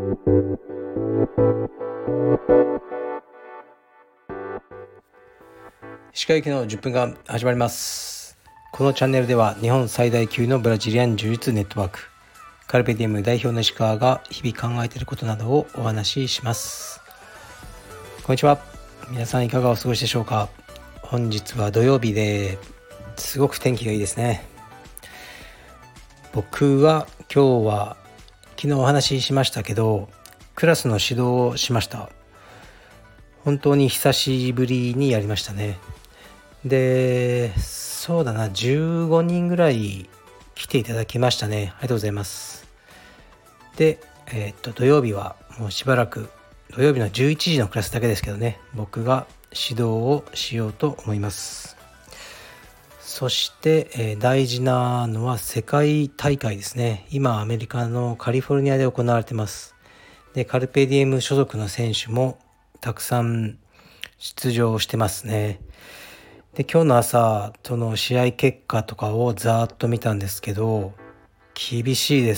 石川行きの10分間始まります。このチャンネルでは日本最大級のブラジリアン柔術ネットワークカルペディウム代表の石川が日々考えていることなどをお話しします。こんにちは。皆さんいかがお過ごしでしょうか。本日は土曜日ですごく天気がいいですね。僕は今日は昨日お話ししましたけどクラスの指導をしました。本当に久しぶりにやりましたね。で、そうだな、15人ぐらい来ていただきましたね。ありがとうございます。で、土曜日はもうしばらく土曜日の11時のクラスだけですけどね、僕が指導をしようと思います。そして、大事なのは世界大会ですね。今アメリカのカリフォルニアで行われてます。で、カルペディエム所属の選手もたくさん出場してますね。で、今日の朝その試合結果とかをざーっと見たんですけど厳しいです。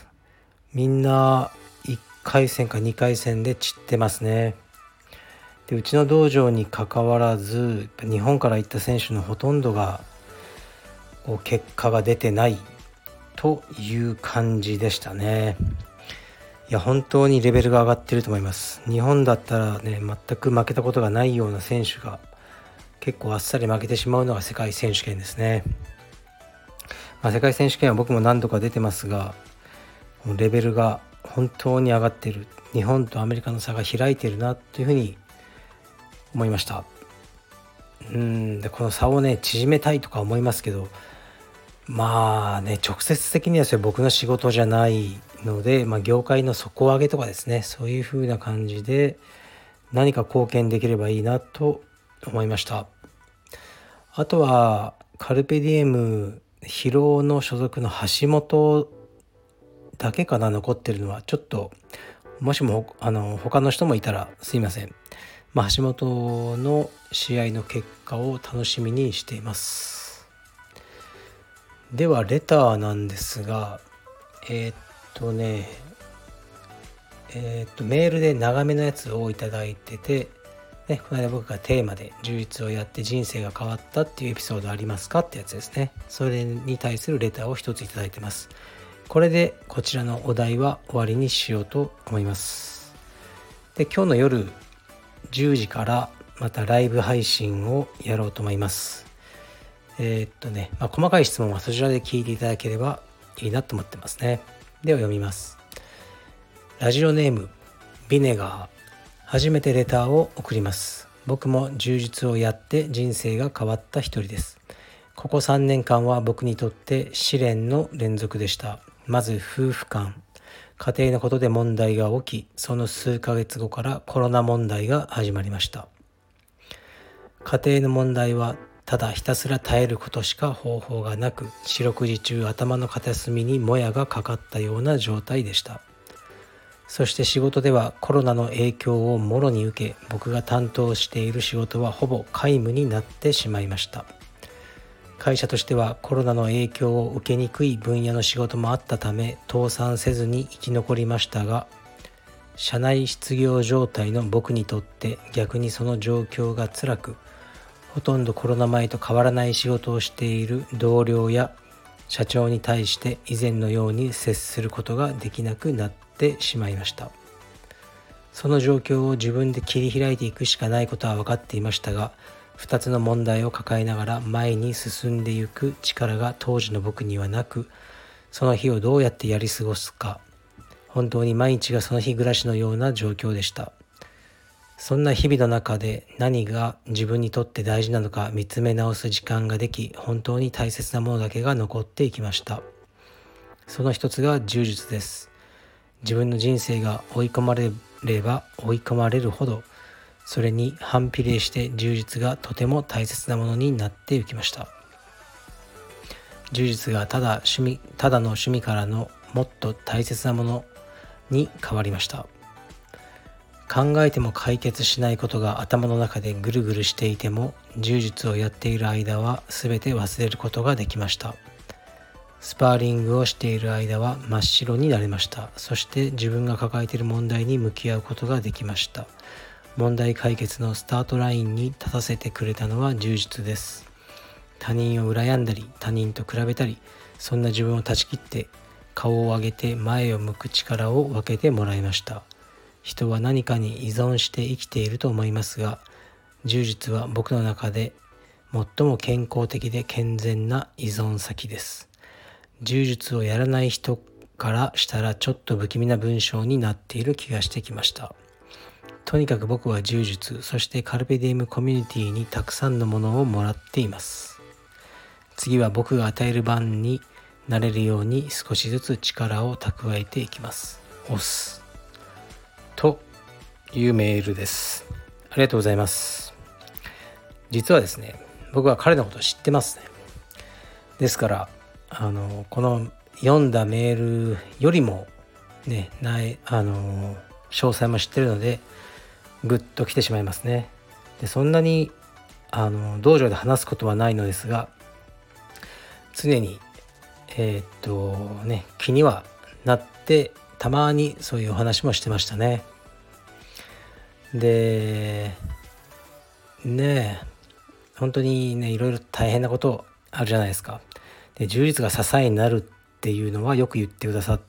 みんな1回戦か2回戦で散ってますね。で、うちの道場に関わらず日本から行った選手のほとんどが結果が出てないという感じでしたね。いや、本当にレベルが上がってると思います。日本だったらね、全く負けたことがないような選手が結構あっさり負けてしまうのが世界選手権ですね。世界選手権は僕も何度か出てますが、レベルが本当に上がっている。日本とアメリカの差が開いているなというふうに思いました。で、この差をね縮めたいとか思いますけど、直接的にはそれ僕の仕事じゃないので、業界の底上げとかですね、そういう風な感じで何か貢献できればいいなと思いました。あとはカルペディエム疲労の所属の橋本だけかな、残ってるのは。ちょっともしも他の人もいたらすいません。橋本の試合の結果を楽しみにしています。ではレターなんですが、メールで長めのやつをいただいてて、この間僕がテーマで柔術をやって人生が変わったっていうエピソードありますかってやつですね。それに対するレターを一ついただいてます。これでこちらのお題は終わりにしようと思います。で、今日の夜10時からまたライブ配信をやろうと思います。細かい質問はそちらで聞いていただければいいなと思ってますね。では読みます。ラジオネームビネガー。初めてレターを送ります。僕も柔術をやって人生が変わった一人です。ここ3年間は僕にとって試練の連続でした。まず夫婦間、家庭のことで問題が起き、その数ヶ月後からコロナ問題が始まりました。家庭の問題はただひたすら耐えることしか方法がなく、四六時中頭の片隅にもやがかかったような状態でした。そして仕事ではコロナの影響をもろに受け、僕が担当している仕事はほぼ皆無になってしまいました。会社としてはコロナの影響を受けにくい分野の仕事もあったため倒産せずに生き残りましたが、社内失業状態の僕にとって逆にその状況が辛く、ほとんどコロナ前と変わらない仕事をしている同僚や社長に対して以前のように接することができなくなってしまいました。その状況を自分で切り開いていくしかないことは分かっていましたが、2つの問題を抱えながら前に進んでいく力が当時の僕にはなく、その日をどうやってやり過ごすか、本当に毎日がその日暮らしのような状況でした。そんな日々の中で何が自分にとって大事なのか見つめ直す時間ができ、本当に大切なものだけが残っていきました。その一つが柔術です。自分の人生が追い込まれれば追い込まれるほど、それに反比例して柔術がとても大切なものになっていきました。柔術がただの趣味からのもっと大切なものに変わりました。考えても解決しないことが頭の中でぐるぐるしていても、柔術をやっている間は全て忘れることができました。 スパーリングをしている間は真っ白になれました。そして自分が抱えている問題に向き合うことができました。問題解決のスタートラインに立たせてくれたのは柔術です。他人を羨んだり、他人と比べたり、そんな自分を断ち切って顔を上げて前を向く力を分けてもらいました。人は何かに依存して生きていると思いますが、柔術は僕の中で最も健康的で健全な依存先です。柔術をやらない人からしたらちょっと不気味な文章になっている気がしてきました。とにかく僕は柔術、そしてカルペディウムコミュニティにたくさんのものをもらっています。次は僕が与える番になれるように少しずつ力を蓄えていきます。オスというメールです。ありがとうございます。実はですね、僕は彼のことを知ってますね。ですからこの読んだメールよりもね、詳細も知ってるのでグッと来てしまいますね。でそんなに道場で話すことはないのですが、常に気にはなって、たまにそういうお話もしてましたね。でね、本当にね、いろいろ大変なことあるじゃないですか。で充実が支えになるっていうのはよく言ってくださって、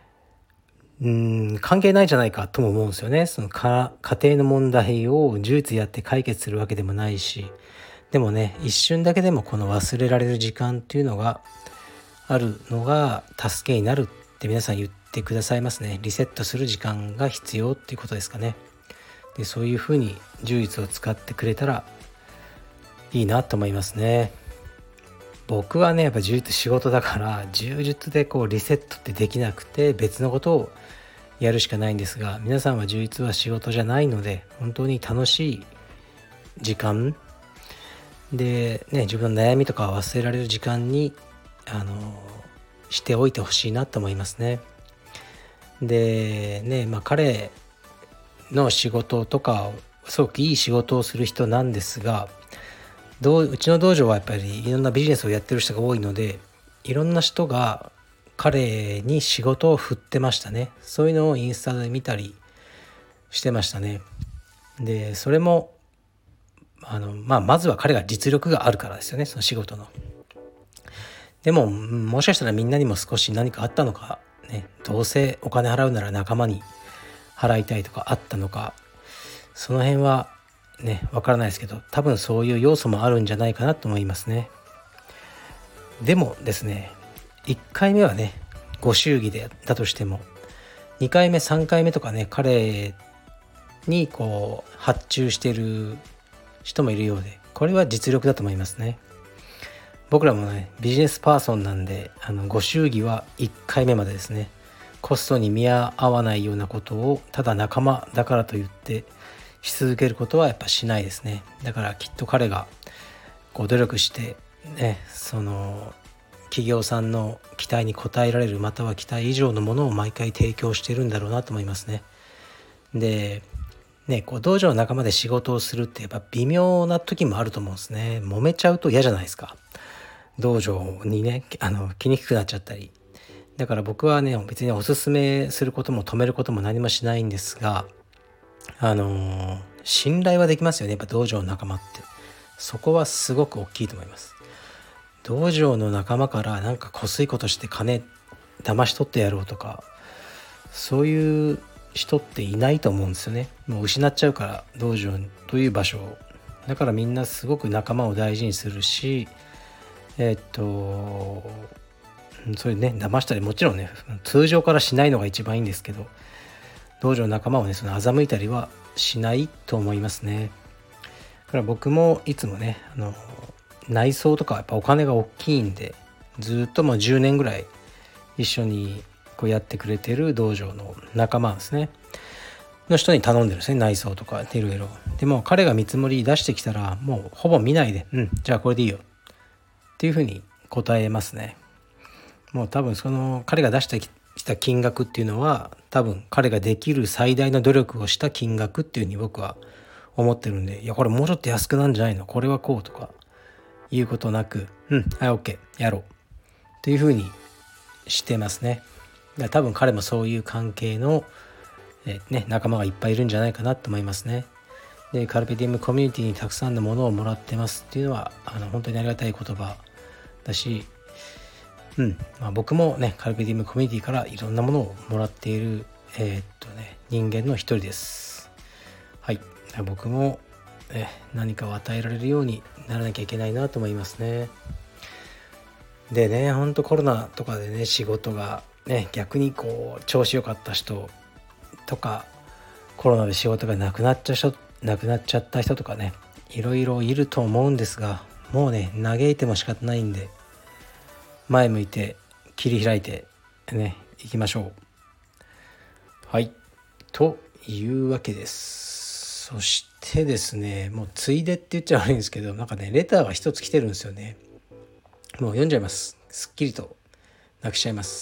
関係ないじゃないかとも思うんですよね。その家庭の問題を柔術やって解決するわけでもないし、でもね、一瞬だけでもこの忘れられる時間っていうのがあるのが助けになるって皆さん言ってくださいますね。リセットする時間が必要っていうことですかね。でそういうふうに柔術を使ってくれたらいいなと思いますね。僕はね、やっぱ柔術仕事だから、柔術でこうリセットってできなくて別のことをやるしかないんですが、皆さんは柔術は仕事じゃないので、本当に楽しい時間でね、自分の悩みとか忘れられる時間にしておいてほしいなと思いますね。でね、彼の仕事とかすごくいい仕事をする人なんですが、うちの道場はやっぱりいろんなビジネスをやってる人が多いので、いろんな人が彼に仕事を振ってましたね。そういうのをインスタで見たりしてましたね。でそれもまずは彼が実力があるからですよね、その仕事の。でももしかしたらみんなにも少し何かあったのかね、どうせお金払うなら仲間に払いたいとかあったのか、その辺はね、わからないですけど、多分そういう要素もあるんじゃないかなと思いますね。でもですね、1回目はね、ご祝儀だとしても、2回目3回目とかね、彼にこう発注してる人もいるようで、これは実力だと思いますね。僕らもね、ビジネスパーソンなんで、ご祝儀は1回目までですね。コストに見合わないようなことをただ仲間だからと言ってし続けることはやっぱしないですね。だからきっと彼がこう努力してね、その企業さんの期待に応えられる、または期待以上のものを毎回提供してるんだろうなと思いますね。でね、こう道場の仲間で仕事をするってやっぱ微妙な時もあると思うんですね。揉めちゃうと嫌じゃないですか。道場にね、来にくくなっちゃったり。だから僕はね、別におすすめすることも止めることも何もしないんですが、信頼はできますよね、やっぱ道場の仲間って。そこはすごく大きいと思います。道場の仲間からなんかこすいことして金騙し取ってやろうとか、そういう人っていないと思うんですよね。もう失っちゃうから、道場という場所を。だからみんなすごく仲間を大事にするし、そういうね、騙したりもちろんね、通常からしないのが一番いいんですけど、道場の仲間をね、その欺いたりはしないと思いますね。だから僕もいつもね、内装とかやっぱお金が大きいんで、ずっともう10年ぐらい一緒にこうやってくれてる道場の仲間ですねの人に頼んでるんですね、内装とかいろいろ。でも彼が見積もり出してきたら、もうほぼ見ないで、じゃあこれでいいよっていうふうに答えますね。もう多分その彼が出してきた金額っていうのは、多分彼ができる最大の努力をした金額っていうふうに僕は思ってるんで、いやこれもうちょっと安くなんじゃないの、これはこうとかいうことなく、はい OK やろうっというふうにしてますね。だから多分彼もそういう関係の、仲間がいっぱいいるんじゃないかなと思いますね。でカルペディウムコミュニティにたくさんのものをもらってますっていうのは本当にありがたい言葉だし、僕もねカルペディウムコミュニティからいろんなものをもらっている、人間の一人です。はい、僕も、何かを与えられるようにならなきゃいけないなと思いますね。でね、ほんとコロナとかでね仕事がね逆にこう調子良かった人とか、コロナで仕事がなくなっちゃった人とかね、いろいろいると思うんですが、もうね嘆いても仕方ないんで、前向いて切り開いてねいきましょう。はいというわけです。そしてですね、もうついでって言っちゃ悪いんですけど、なんかねレターが一つ来てるんですよね。もう読んじゃいます。すっきりとなくしちゃいます。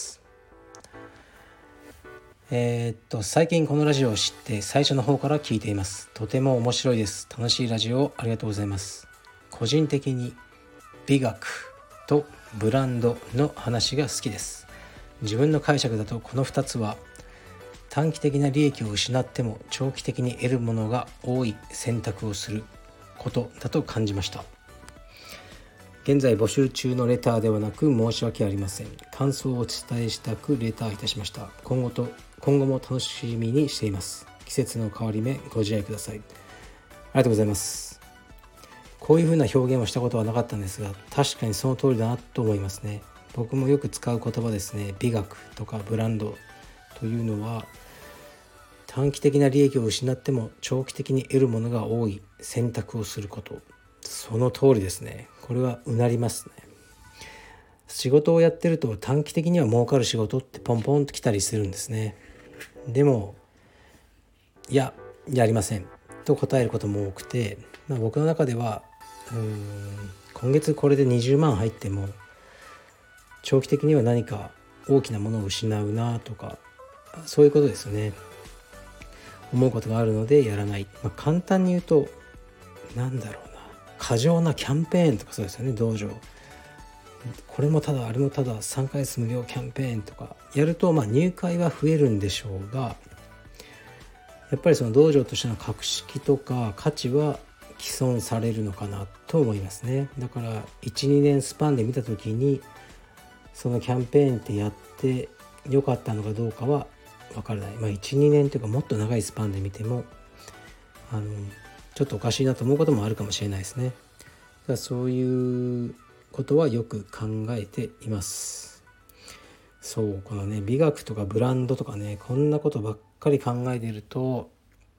最近このラジオを知って最初の方から聞いています。とても面白いです。楽しいラジオをありがとうございます。個人的に美学とブランドの話が好きです。自分の解釈だとこの2つは短期的な利益を失っても長期的に得るものが多い選択をすることだと感じました。現在募集中のレターではなく申し訳ありません。感想をお伝えしたくレターいたしました。今後も楽しみにしています。季節の変わり目ご自愛ください。ありがとうございます。こういうふうな表現をしたことはなかったんですが、確かにその通りだなと思いますね。僕もよく使う言葉ですね。美学とかブランドというのは、短期的な利益を失っても長期的に得るものが多い選択をすること。その通りですね。これはうなりますね。仕事をやってると短期的には儲かる仕事ってポンポンと来たりするんですね。でもやりませんと答えることも多くて、僕の中では今月これで20万入っても長期的には何か大きなものを失うなとか、そういうことですよね。思うことがあるのでやらない。簡単に言うと過剰なキャンペーンとかそうですよね。道場これもただあれもただ3ヶ月無料キャンペーンとかやると入会は増えるんでしょうが、やっぱりその道場としての格式とか価値は毀損されるのかなと思いますね。だから 1,2 年スパンで見た時にそのキャンペーンってやってよかったのかどうかは分からない。1,2 年というかもっと長いスパンで見てもちょっとおかしいなと思うこともあるかもしれないですね。だからそういうことはよく考えています。そうこのね美学とかブランドとかね、こんなことばっかり考えていると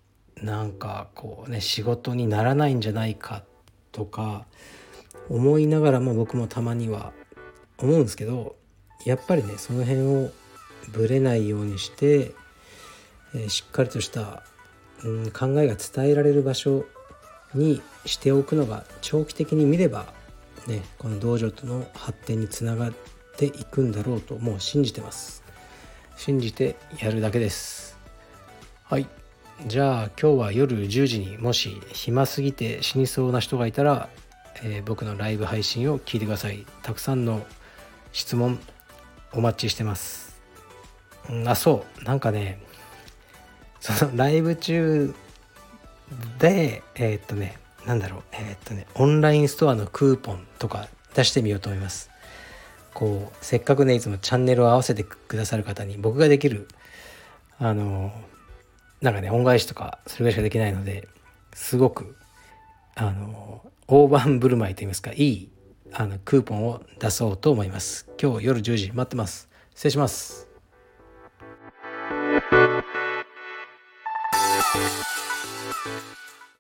仕事にならないんじゃないかとか思いながらも、僕もたまには思うんですけど、やっぱりねその辺をぶれないようにして、しっかりとした、考えが伝えられる場所にしておくのが長期的に見ればね、この道場との発展につながっていくんだろうともう信じてます。信じてやるだけです。はい、じゃあ今日は夜10時にもし暇すぎて死にそうな人がいたら、僕のライブ配信を聞いてください。たくさんの質問お待ちしてます。そのライブ中でオンラインストアのクーポンとか出してみようと思います。せっかくねいつもチャンネルを合わせてくださる方に僕ができる恩返しとかそれぐらいしかできないので、すごく大盤振る舞いといいますか、いいクーポンを出そうと思います。今日夜10時待ってます。失礼します。